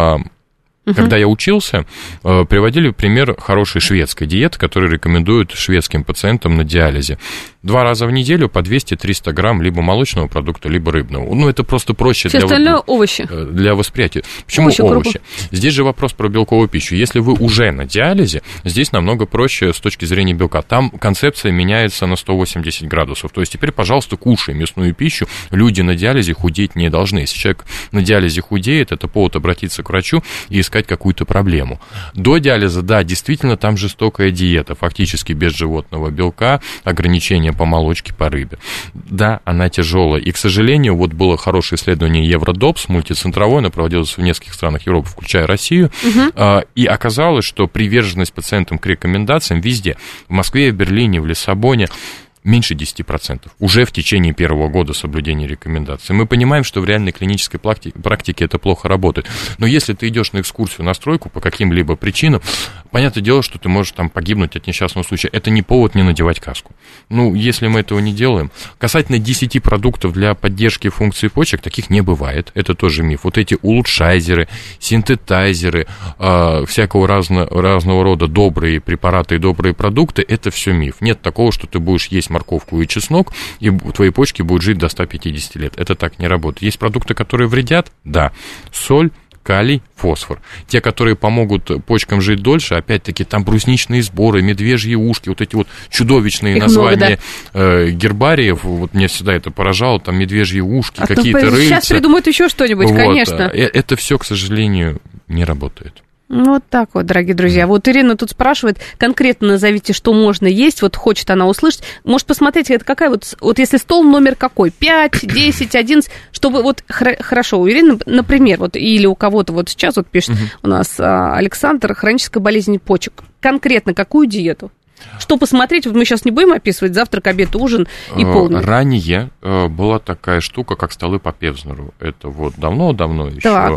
Uh-huh. Когда я учился, приводили в пример хорошей шведской диеты, которую рекомендуют шведским пациентам на диализе. Два раза в неделю по двести-триста грамм либо молочного продукта, либо рыбного. Ну, это просто проще. Все для, остальное овощи. Для восприятия. Почему овощи? овощи? Здесь же вопрос про белковую пищу. Если вы уже на диализе, здесь намного проще с точки зрения белка. Там концепция меняется на сто восемьдесят градусов. То есть теперь, пожалуйста, кушай мясную пищу. Люди на диализе худеть не должны. Если человек на диализе худеет, это повод обратиться к врачу и искать какую-то проблему. До диализа, да, действительно, там жестокая диета, фактически без животного белка, ограничения по молочке, по рыбе. Да, она тяжелая. И, к сожалению, вот было хорошее исследование Евродопс, мультицентровое, оно проводилось в нескольких странах Европы, включая Россию, угу. И оказалось, что приверженность пациентам к рекомендациям везде, в Москве, в Берлине, в Лиссабоне, меньше десять процентов уже в течение первого года соблюдения рекомендаций. Мы понимаем, что в реальной клинической практике это плохо работает. Но если ты идешь на экскурсию, на стройку по каким-либо причинам, понятное дело, что ты можешь там погибнуть от несчастного случая. Это не повод не надевать каску. Ну, если мы этого не делаем. Касательно десяти продуктов для поддержки функции почек, таких не бывает. Это тоже миф. Вот эти улучшайзеры, синтетайзеры, э, всякого разно, разного рода добрые препараты и добрые продукты, это все миф. Нет такого, что ты будешь есть морковку и чеснок, и твои почки будут жить до ста пятидесяти лет. Это так не работает. Есть продукты, которые вредят? Да. Соль, калий, фосфор. Те, которые помогут почкам жить дольше, опять-таки, там брусничные сборы, медвежьи ушки, вот эти вот чудовищные Их названия много, да. э, гербариев, вот мне всегда это поражало, там медвежьи ушки, а какие-то рыльца. Сейчас придумают еще что-нибудь, вот. Конечно. Это все, к сожалению, не работает. Вот так вот, дорогие друзья. Вот Ирина тут спрашивает, конкретно назовите, что можно есть, вот хочет она услышать. Может, посмотреть, это какая вот, вот если стол номер какой, пять, десять, одиннадцать, чтобы вот, хорошо, у Ирины, например, вот, или у кого-то вот сейчас вот пишет угу. у нас а, Александр, хроническая болезнь почек. Конкретно какую диету? Что посмотреть, вот мы сейчас не будем описывать завтрак, обед, ужин и полдник. Ранее была такая штука, как столы по Певзнеру. Это вот давно-давно еще.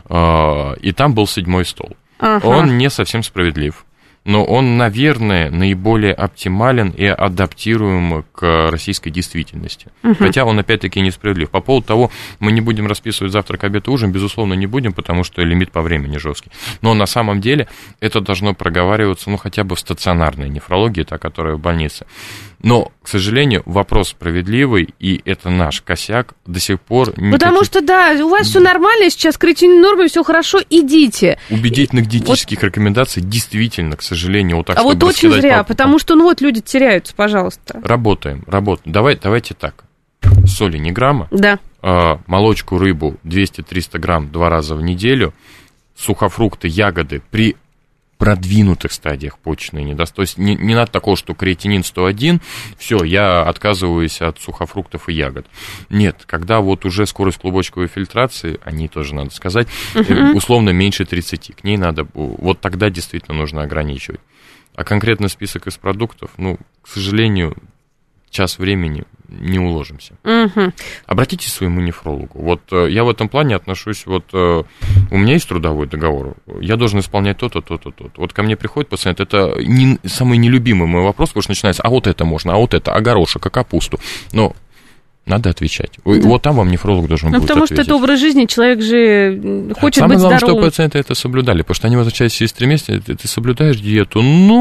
Так. И там был седьмой стол. Ага. Он не совсем справедлив, но он, наверное, наиболее оптимален и адаптируем к российской действительности. Угу. Хотя он, опять-таки, несправедлив. По поводу того, мы не будем расписывать завтрак, обед и ужин, безусловно, не будем, потому что лимит по времени жесткий. Но на самом деле это должно проговариваться, ну, хотя бы в стационарной нефрологии, та, которая в больнице. Но, к сожалению, вопрос справедливый, и это наш косяк, до сих пор... Никаких... Потому что, да, у вас все нормально, сейчас креатинин нормы, все хорошо, идите. Убедительных диетических вот... рекомендаций действительно, к сожалению, вот так, а вот очень зря, по... потому что, ну вот, люди теряются, пожалуйста. Работаем, работаем. Давай, давайте так. Соли не грамма. Да. Молочку, рыбу двести-триста грамм два раза в неделю. сухофрукты, ягоды при продвинутых стадиях почечной недостаточности. То есть не, не надо такого, что креатинин сто один, все, я отказываюсь от сухофруктов и ягод. Нет, когда вот уже скорость клубочковой фильтрации, о ней тоже надо сказать, uh-huh. условно меньше тридцати, к ней надо, вот тогда действительно нужно ограничивать. А конкретно список из продуктов, ну, к сожалению, час времени не уложимся. Угу. Обратитесь к своему нефрологу. Вот э, я в этом плане отношусь, вот э, у меня есть трудовой договор, я должен исполнять то-то, то-то, то-то. Вот ко мне приходит пациент, это не, самый нелюбимый мой вопрос, потому что начинается, а вот это можно, а вот это, а горошек, а капусту. Но надо отвечать. Да. Вот там вам нефролог должен ну, будет потому ответить. Потому что это образ жизни, человек же хочет Самое быть главное, здоровым. чтобы пациенты это соблюдали, потому что они возвращаются через три месяца, ты, ты соблюдаешь диету,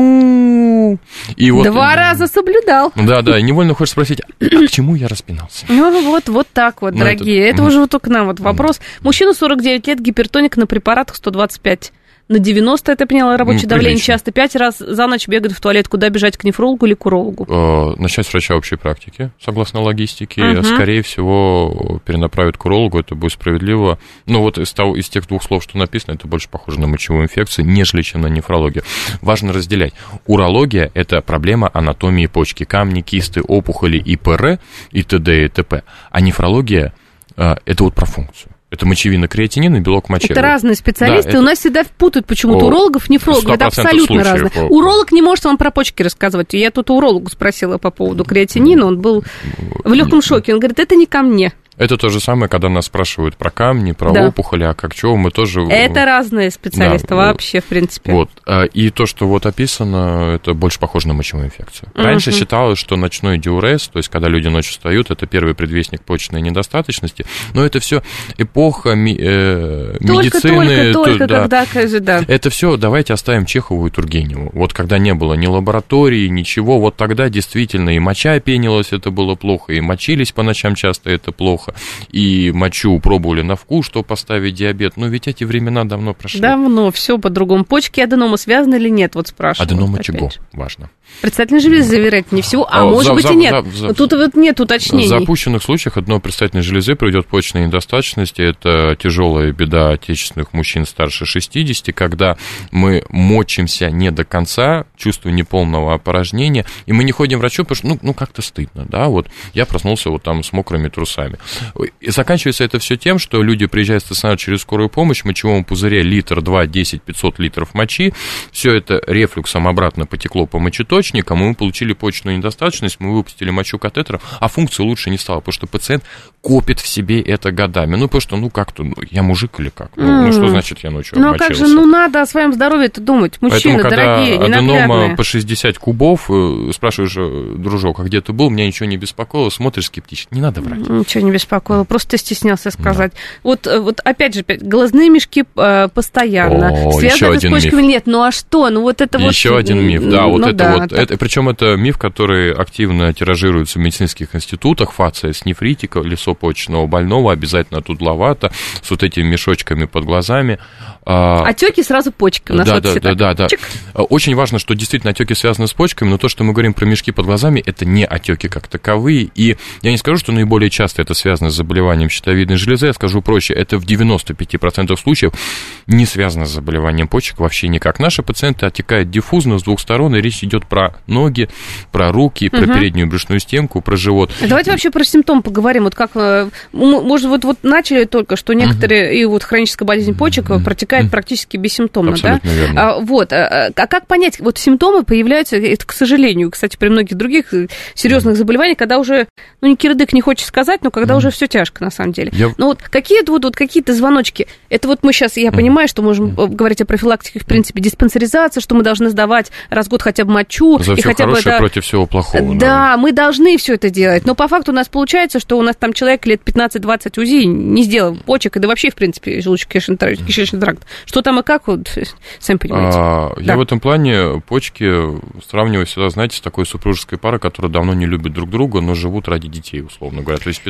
ну... И вот, Два раза соблюдал. Да-да, и невольно хочешь спросить, а к чему я распинался? Ну вот, вот так вот, ну, дорогие. Это, это mm. уже вот к нам вот вопрос. Mm. Мужчина сорок девять лет, гипертоник на препаратах сто двадцать пять. На девяносто, это поняла, рабочее mm, давление прилично. Часто. Пять раз за ночь бегает в туалет. Куда бежать, к нефрологу или к урологу? Э, начать с врача общей практики, согласно логистике. Uh-huh. Скорее всего, перенаправят к урологу, это будет справедливо. Ну вот из, того, из тех двух слов, что написано, это больше похоже на мочевую инфекцию, нежели чем на нефрологию. Важно разделять. Урология – это проблема анатомии почки, камни, кисты, опухоли, ИПР и т.д. и т.п. А нефрология э, – это вот про функцию. Это мочевина, креатинин и белок мочи. Это разные специалисты. Да, У это... нас всегда путают почему-то О, урологов, нефрологов. Это абсолютно разные. О. Уролог не может вам про почки рассказывать. Я тут у уролога спросила по поводу креатинина. Он был в легком шоке. Он говорит, это не ко мне. Это то же самое, когда нас спрашивают про камни, про да. опухоли, а как чего, мы тоже... Это разные специалисты да, вообще, в принципе. Вот. И то, что вот описано, это больше похоже на мочевую инфекцию. Uh-huh. Раньше считалось, что ночной диурез, то есть когда люди ночью встают, это первый предвестник почечной недостаточности, но это все эпоха ми- э, медицины. Только, только, то, да. когда... Да. Это все давайте оставим Чехову и Тургеневу. Вот когда не было ни лаборатории, ничего, вот тогда действительно и моча пенилась, это было плохо, и мочились по ночам часто, это плохо. И мочу пробовали на вкус, что поставить диабет. Но ведь эти времена давно прошли. Давно, все по-другому. Почки аденома связаны или нет? Вот спрашивают. Аденома чего? Важно. Предстательной железы, вероятно, не всего, а, а может за, быть за, и нет. За, за, Тут вот нет уточнений. В запущенных случаях аденома предстательной железы приведет к почечной недостаточности. Это тяжелая беда отечественных мужчин старше шестидесяти, когда мы мочимся не до конца, чувство неполного опорожнения, и мы не ходим к врачу, потому что ну, ну как-то стыдно, да, вот я проснулся вот там с мокрыми трусами. И заканчивается это все тем, что люди приезжают в стационар через скорую помощь, в мочевом пузыре литр, два, десять, пятьсот литров мочи, все это рефлюксом обратно потекло по мочеточникам, и мы получили почечную недостаточность, мы выпустили мочу катетером, а функции лучше не стало, потому что пациент копит в себе это годами. Ну, потому что, ну, как-то, ну, я мужик или как? Ну, mm. ну что значит я ночью ну, обмочился? Ну, как же, ну, надо о своем здоровье-то думать. Мужчины, поэтому, дорогие, когда ненаглядные. аденома по шестьдесят кубов, спрашиваешь, дружок, а где ты был? Меня ничего не беспокоило, смотришь скептично. Не надо врать. Ничего не беспокоило, просто ты стеснялся сказать. Да. Вот, вот, опять же, глазные мешки э, постоянно. О, связано это с почками или нет? Ну, а что? Ну, вот это еще вот... Еще один миф, да, ну, вот ну, это да, вот. Это, причем это миф, который активно тиражируется в медицинских институтах. Фация с нефритика, лицо почечного больного, обязательно тудловато, с вот этими мешочками под глазами. Отеки сразу почки у нас да, вот да, все да, да, да. Очень важно, что действительно отеки связаны с почками, но то, что мы говорим про мешки под глазами, это не отеки как таковые. И я не скажу, что наиболее часто это связано с заболеванием щитовидной железы, я скажу проще, это в девяносто пять процентов случаев не связано с заболеванием почек вообще никак. Наши пациенты отекают диффузно с двух сторон, и речь идет про ноги, про руки, про угу. переднюю брюшную стенку, про живот. Давайте вообще про симптом поговорим. Вот как, может, вот, вот начали только, что некоторые, угу. и вот хроническая болезнь почек протекает практически бессимптомно, абсолютно да? Верно. А, вот, а, а как понять, вот симптомы появляются, это, к сожалению, кстати, при многих других серьезных заболеваниях, когда уже, ну, не кирдык не хочешь сказать, но когда mm. уже все тяжко, на самом деле. Я... Ну, вот какие-то вот, вот какие-то звоночки, это вот мы сейчас, я mm. понимаю, что можем mm. говорить о профилактике, в принципе, диспансеризация, что мы должны сдавать раз в год хотя бы мочу. За и все хотя хорошее бы, да, против всего плохого. Да, да, мы должны все это делать, но по факту у нас получается, что у нас там человек лет пятнадцать-двадцать УЗИ не сделал почек, и да вообще, в принципе, желудочно-кишечный тракт. Что там и как, вот, сами понимаете. А, да. Я в этом плане почки сравниваю всегда, знаете, с такой супружеской парой, которая давно не любит друг друга, но живут ради детей, условно говоря. То есть пятнадцать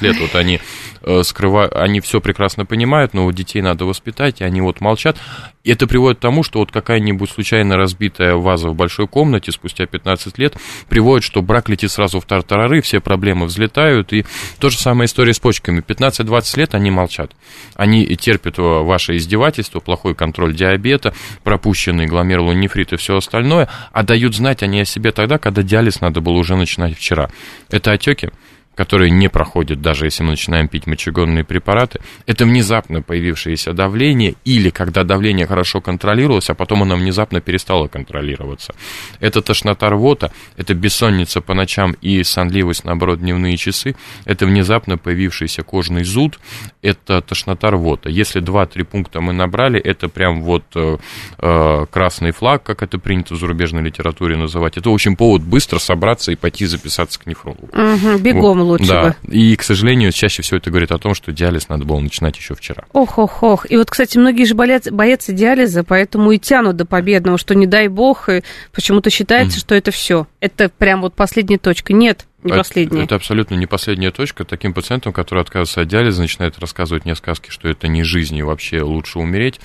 лет вот они скрывают, они все прекрасно понимают, но вот детей надо воспитать, и они вот молчат. И это приводит к тому, что вот какая-нибудь случайно разбитая ваза в большой комнате спустя пятнадцать лет приводит, что брак летит сразу в тартарары, все проблемы взлетают, и то же самое история с почками. пятнадцать-двадцать лет они молчат. Они терпят ваше издевательство, плохой контроль диабета, пропущенный гломерулонефрит и все остальное, а дают знать они о себе тогда, когда диализ надо было уже начинать вчера. Это отеки, которые не проходят, даже если мы начинаем пить мочегонные препараты, это внезапно появившееся давление, или когда давление хорошо контролировалось, а потом оно внезапно перестало контролироваться. Это тошнота, рвота, это бессонница по ночам и сонливость, наоборот, дневные часы, это внезапно появившийся кожный зуд, это тошнота, рвота. Если два-три пункта мы набрали, это прям вот э, э, красный флаг, как это принято в зарубежной литературе называть, это очень повод быстро собраться и пойти записаться к нефрологу. Угу, бегом. Вот. Лучше да, бы. И, к сожалению, чаще всего это говорит о том, что диализ надо было начинать еще вчера. Ох-ох-ох. И вот, кстати, многие же боятся, боятся диализа, поэтому и тянут до победного, что не дай бог, и почему-то считается, mm. что это все. Это прям вот последняя точка. Нет, не это, последняя. Это абсолютно не последняя точка. Таким пациентам, которые отказываются от диализа, начинают рассказывать мне сказки, что это не жизнь и вообще лучше умереть.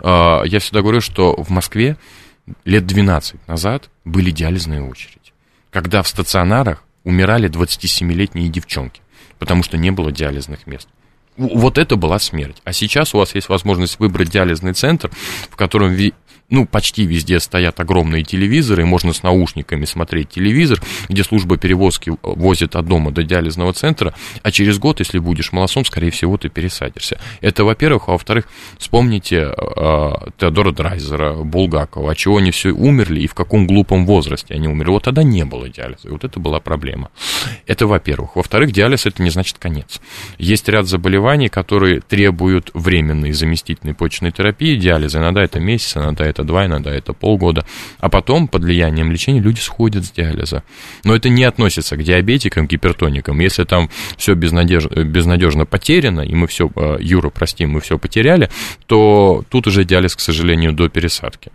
Я всегда говорю, что в Москве лет двенадцать назад были диализные очереди, когда в стационарах умирали двадцатисемилетние девчонки, потому что не было диализных мест. Вот это была смерть. А сейчас у вас есть возможность выбрать диализный центр, в котором ну, почти везде стоят огромные телевизоры, и можно с наушниками смотреть телевизор, где служба перевозки возит от дома до диализного центра, а через год, если будешь молодцом, скорее всего, ты пересадишься. Это, во-первых. А во-вторых, вспомните э, Теодора Драйзера, Булгакова, от чего они все умерли и в каком глупом возрасте они умерли. Вот тогда не было диализа, и вот это была проблема. Это, во-первых. Во-вторых, диализ – это не значит конец. Есть ряд заболеваний, которые требуют временной заместительной почечной терапии, диализа. Иногда это месяц, иногда это два, иногда это полгода. А потом, под влиянием лечения, люди сходят с диализа. Но это не относится к диабетикам, гипертоникам. Если там все безнадежно, безнадежно потеряно, и мы все, Юра, прости, мы все потеряли, то тут уже диализ, к сожалению, до пересадки.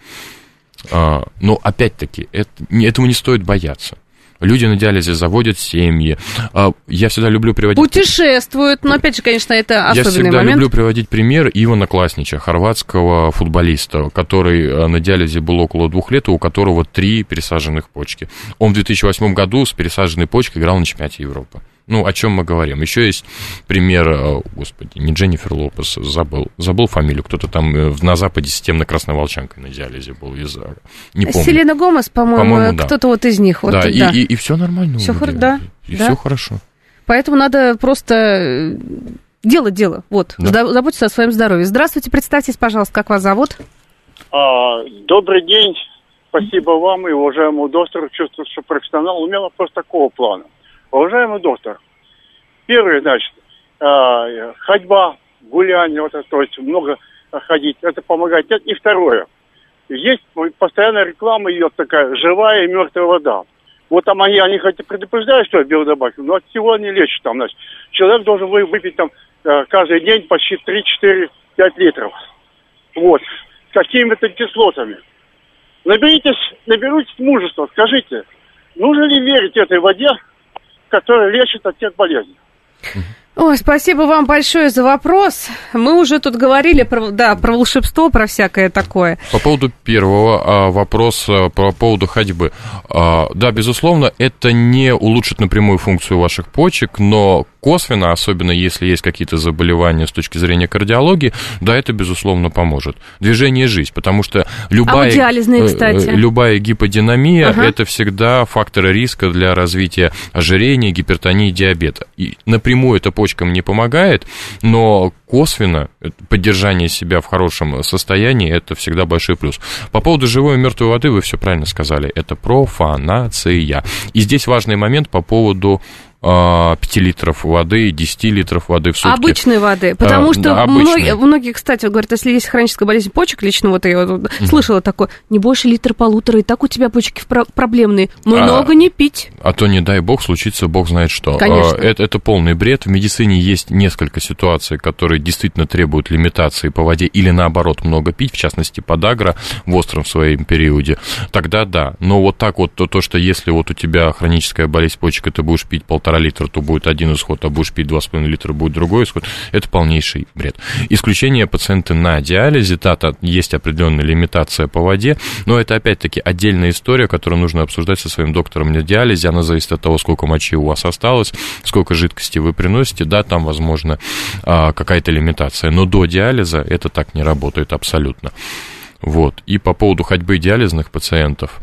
Но, опять-таки, это, этому не стоит бояться. Люди на диализе заводят семьи. Я всегда люблю приводить... Путешествуют, но, опять же, конечно, это особенный момент. Я всегда момент. люблю приводить пример Ивана Класнича, хорватского футболиста, который на диализе был около двух лет, и у которого три пересаженных почки. Он в две тысячи восьмом году с пересаженной почкой играл на чемпионате Европы. Ну, о чем мы говорим? Еще есть пример, господи, не Дженнифер Лопес, забыл, забыл фамилию, кто-то там на Западе системно красной волчанкой на диализе был, из, не помню. Селена Гомес, по-моему, по-моему да. Кто-то вот из них. Вот, да, да. И, и, и все нормально. Все хор- да, и да. все хорошо. Поэтому надо просто делать дело, вот, да. заботиться о своем здоровье. Здравствуйте, представьтесь, пожалуйста, как вас зовут? А, добрый день, спасибо вам и уважаемому доктору, чувствую, что профессионал. У меня вопрос такого плана. Уважаемый доктор, первое, значит, э, ходьба, гуляние, вот это, то есть много ходить, это помогает. И второе, есть постоянная реклама идет такая, живая и мертвая вода. Вот там они, они хотя предупреждают, что биодобавки, но от всего они лечат там, значит. Человек должен выпить там э, каждый день почти три, четыре, пять литров. Вот. С какими-то кислотами. Наберитесь, наберитесь мужества, скажите, нужно ли верить этой воде, которая лечит от всех болезней? Ой, спасибо вам большое за вопрос. Мы уже тут говорили про, да, про волшебство, про всякое такое. По поводу первого вопроса, по поводу ходьбы. Да, безусловно, это не улучшит напрямую функцию ваших почек, но косвенно, особенно если есть какие-то заболевания с точки зрения кардиологии, да, это, безусловно, поможет. Движение – жизнь, потому что любая, а вот диализные, кстати? любая гиподинамия ага. – это всегда факторы риска для развития ожирения, гипертонии, диабета. И напрямую это почкам не помогает, но косвенно поддержание себя в хорошем состоянии – это всегда большой плюс. По поводу живой и мертвой воды вы все правильно сказали. Это профанация. И здесь важный момент по поводу пяти литров воды, десяти литров воды в сутки. Обычной воды, потому а, что да, многие, многие, кстати, говорят, если есть хроническая болезнь почек, лично вот я вот mm-hmm. слышала такое, не больше литра-полутора, и так у тебя почки проблемные, много а, не пить. А то, не дай бог, случится бог знает что. Конечно. Это, это полный бред. В медицине есть несколько ситуаций, которые действительно требуют лимитации по воде или, наоборот, много пить, в частности, подагра в остром своем периоде, тогда да. Но вот так вот, то, то, что если вот у тебя хроническая болезнь почек, и ты будешь пить полтора литра, то будет один исход, а будешь пить два с половиной литра, будет другой исход, это полнейший бред. Исключение пациенты на диализе, да, есть определенная лимитация по воде, но это, опять-таки, отдельная история, которую нужно обсуждать со своим доктором на диализе, она зависит от того, сколько мочи у вас осталось, сколько жидкости вы приносите, да, там, возможно, какая-то лимитация, но до диализа это так не работает абсолютно. Вот. И по поводу ходьбы диализных пациентов.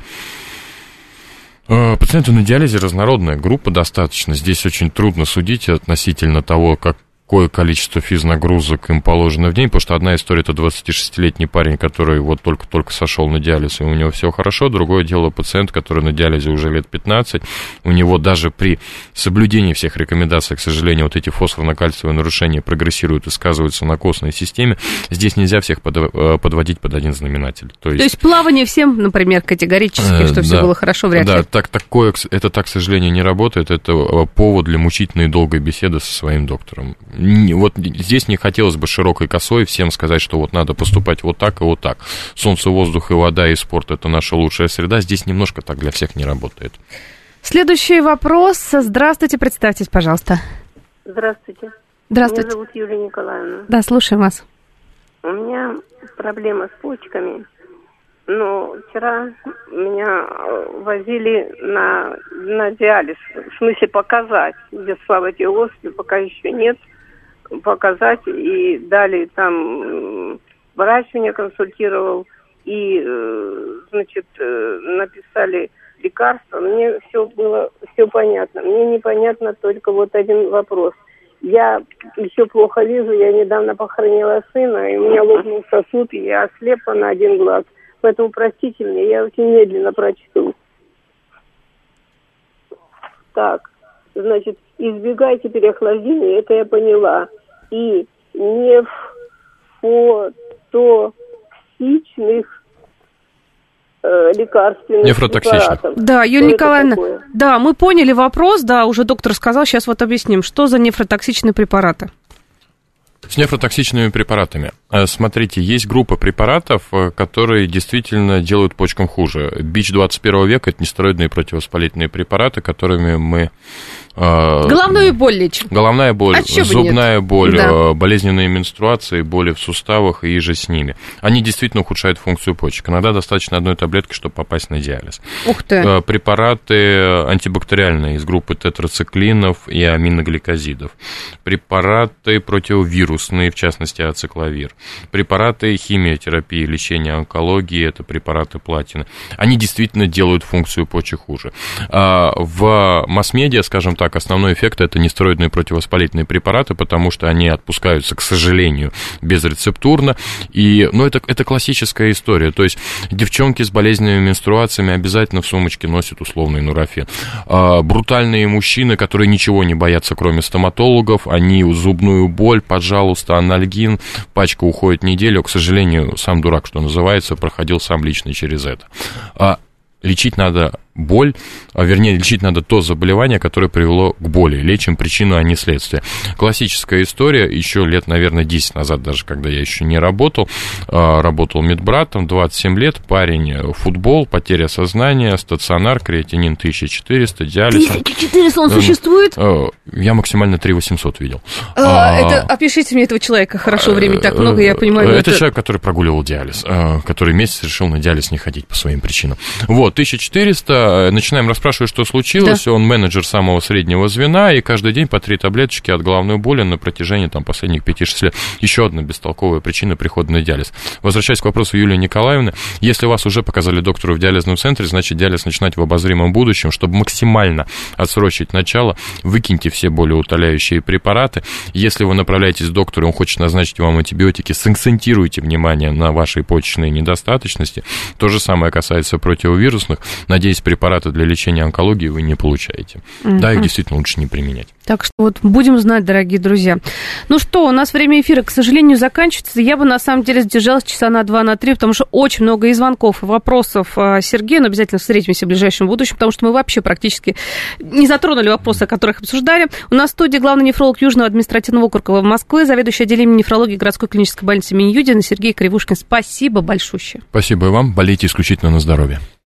Пациенты на диализе разнородная группа достаточно. Здесь очень трудно судить относительно того, как какое количество физнагрузок им положено в день, потому что одна история — это двадцатишестилетний парень, который вот только-только сошел на диализ, и у него все хорошо, другое дело пациент, который на диализе уже лет пятнадцать, у него даже при соблюдении всех рекомендаций, к сожалению, вот эти фосфорно-кальциевые нарушения прогрессируют и сказываются на костной системе, здесь нельзя всех подводить под один знаменатель. То есть, То есть плавание всем, например, категорически, э, что да, все было хорошо, вряд да, ли. Так, такое, это так, к сожалению, не работает, это повод для мучительной и долгой беседы со своим доктором. Вот здесь не хотелось бы широкой косой всем сказать, что вот надо поступать вот так и вот так. Солнце, воздух и вода и спорт — это наша лучшая среда. Здесь немножко так для всех не работает. Следующий вопрос. Здравствуйте, представьтесь, пожалуйста. Здравствуйте. Здравствуйте. Меня зовут Юлия Николаевна. Да, слушаем вас. У меня проблема с почками. Но вчера меня возили на, на диализ, в смысле показать, где, слава тебе Господи, пока еще нет, показать, и дали там, врач меня консультировал, и, значит, написали лекарства. Мне все было, все понятно. Мне непонятно только вот один вопрос. Я еще плохо вижу, я недавно похоронила сына, и у меня лопнул сосуд, и я ослепла на один глаз. Поэтому, простите меня, я очень медленно прочту. Так, значит, избегайте переохлаждения, это я поняла. И нефотоксичных э, лекарственных препаратов. Да, Юлия Николаевна, да, мы поняли вопрос, да, уже доктор сказал, сейчас вот объясним, что за нефротоксичные препараты. С нефротоксичными препаратами. Смотрите, есть группа препаратов, которые действительно делают почкам хуже. Бич двадцать первого века – это нестероидные противовоспалительные препараты, которыми мы... Головную боль лечим. Головная боль, а зубная боль, да. Болезненные менструации, боли в суставах и же с ними. Они действительно ухудшают функцию почек. Иногда достаточно одной таблетки, чтобы попасть на диализ. Ух ты. Препараты антибактериальные из группы тетрациклинов и аминогликозидов. Препараты противовирусные, в частности, ацикловир. Препараты химиотерапии, лечения онкологии, это препараты платины. Они действительно делают функцию почек хуже. В масс-медиа, скажем так, основной эффект — это нестероидные противовоспалительные препараты, потому что они отпускаются, к сожалению, безрецептурно. И, ну, это, это классическая история. То есть девчонки с болезненными менструациями обязательно в сумочке носят условный нурофен. Брутальные мужчины, которые ничего не боятся, кроме стоматологов, они зубную боль, пожалуйста, анальгин, пачка уходит неделю. К сожалению, сам дурак, что называется, проходил сам лично через это. А лечить надо боль, а вернее, лечить надо то заболевание, которое привело к боли. Лечим причину, а не следствие. Классическая история, еще лет, наверное, десять назад, даже когда я еще не работал, работал медбратом, двадцать семь лет, парень, футбол, потеря сознания, стационар, креатинин тысяча четыреста, диализ. тысяча четыреста он существует? Я максимально три тысячи восемьсот видел. А, это, опишите мне этого человека, хорошо, времени так много, я понимаю. Это, это человек, который прогуливал диализ, который месяц решил на диализ не ходить по своим причинам. Вот, тысяча четыреста, начинаем расспрашивать, что случилось. Да. Он менеджер самого среднего звена, и каждый день по три таблеточки от головной боли на протяжении там, последних пяти-шести лет. Еще одна бестолковая причина прихода на диализ. Возвращаясь к вопросу Юлии Николаевны, если вас уже показали доктору в диализном центре, значит, диализ начинать в обозримом будущем. Чтобы максимально отсрочить начало, выкиньте все болеутоляющие препараты. Если вы направляетесь к доктору, он хочет назначить вам антибиотики, сакцентируйте внимание на вашей почечной недостаточности. То же самое касается противовирусных. Надеюсь, препараты препараты для лечения онкологии вы не получаете. Mm-hmm. Да, их действительно лучше не применять. Так что вот будем знать, дорогие друзья. Ну что, у нас время эфира, к сожалению, заканчивается. Я бы, на самом деле, сдержалась часа на два, на три, потому что очень много и звонков, и вопросов Сергею, но обязательно встретимся в ближайшем будущем, потому что мы вообще практически не затронули вопросы, о которых обсуждали. У нас в студии главный нефролог Южного административного округа Москвы, заведующий отделением нефрологии городской клинической больницы имени Юдина Сергей Кривушкин. Спасибо большущее. Спасибо и вам. Болейте исключительно на здоровье.